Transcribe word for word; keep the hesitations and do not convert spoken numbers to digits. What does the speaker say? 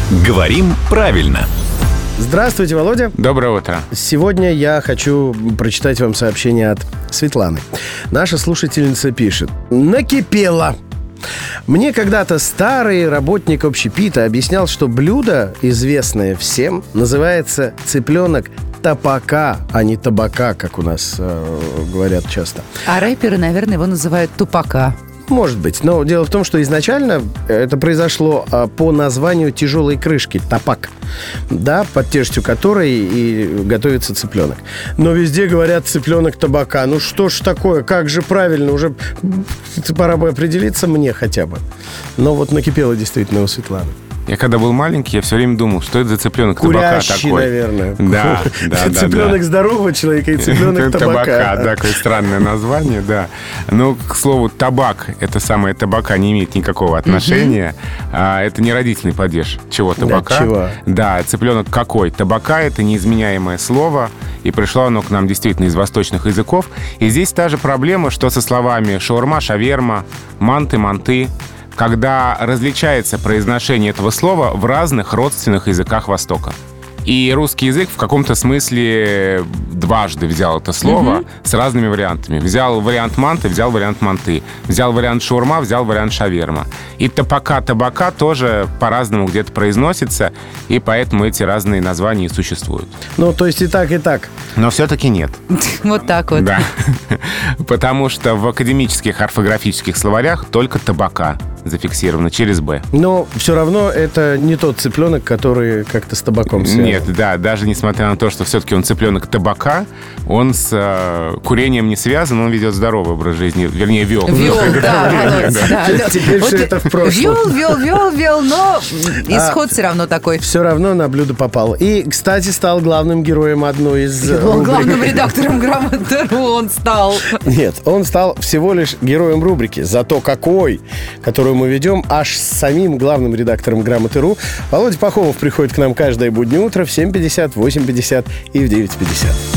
Говорим правильно. Здравствуйте, Володя. Доброе утро. Сегодня я хочу прочитать вам сообщение от Светланы. Наша слушательница пишет: «Накипело. Мне когда-то старый работник общепита объяснял, что блюдо, известное всем, называется цыпленок табака, а не табака, как у нас э, говорят часто. А рэперы, наверное, его называют тупака. Может быть. Но дело в том, что изначально это произошло а, по названию тяжелой крышки табак, да, под тяжестью которой и готовится цыпленок. Но везде говорят цыпленок табака. Ну что ж такое, как же правильно, уже пора бы определиться мне хотя бы. Но вот накипело действительно у Светланы. Я когда был маленький, я все время думал, что это за цыпленок табака Курящий, такой. наверное. Да, да, да. Цыпленок здорового человека и цыпленок табака. Да, такое странное название, да. Но, к слову, табак, это самое табака, не имеет никакого отношения. А, это не родительный падеж. Чего табака? Да, чего? Да, цыпленок какой? Табака — это неизменяемое слово, и пришло оно к нам действительно из восточных языков. И здесь та же проблема, что со словами шаурма, шаверма, манты, манты, когда различается произношение этого слова в разных родственных языках Востока. И русский язык в каком-то смысле дважды взял это слово mm-hmm. с разными вариантами. Взял вариант манты, взял вариант манты. Взял вариант шаурма, взял вариант шаверма. И табака, табака тоже по-разному где-то произносится, и поэтому эти разные названия и существуют. Ну, то есть и так, и так. Но все-таки нет. Вот так вот. Да. Потому что в академических орфографических словарях только табака зафиксировано через «б». Но все равно это не тот цыпленок, который как-то с табаком связан. Нет, да, даже несмотря на то, что все-таки он цыпленок табака, он с э, курением не связан, он ведет здоровый образ жизни, вернее, вел. Вел, да, Володь, да. Теперь все это в прошлом. Вел, вел, вел, вел, но исход все равно такой. Все равно на блюдо попал. И, кстати, стал главным героем одной из рубрик. Главным редактором «Грамоты.ру» он стал. Нет, он стал всего лишь героем рубрики. Зато какой, которую мы ведем аж с самим главным редактором «Грамоты.ру». Володя Пахомов приходит к нам каждое буднее утро в семь пятьдесят, восемь пятьдесят и в девять пятьдесят.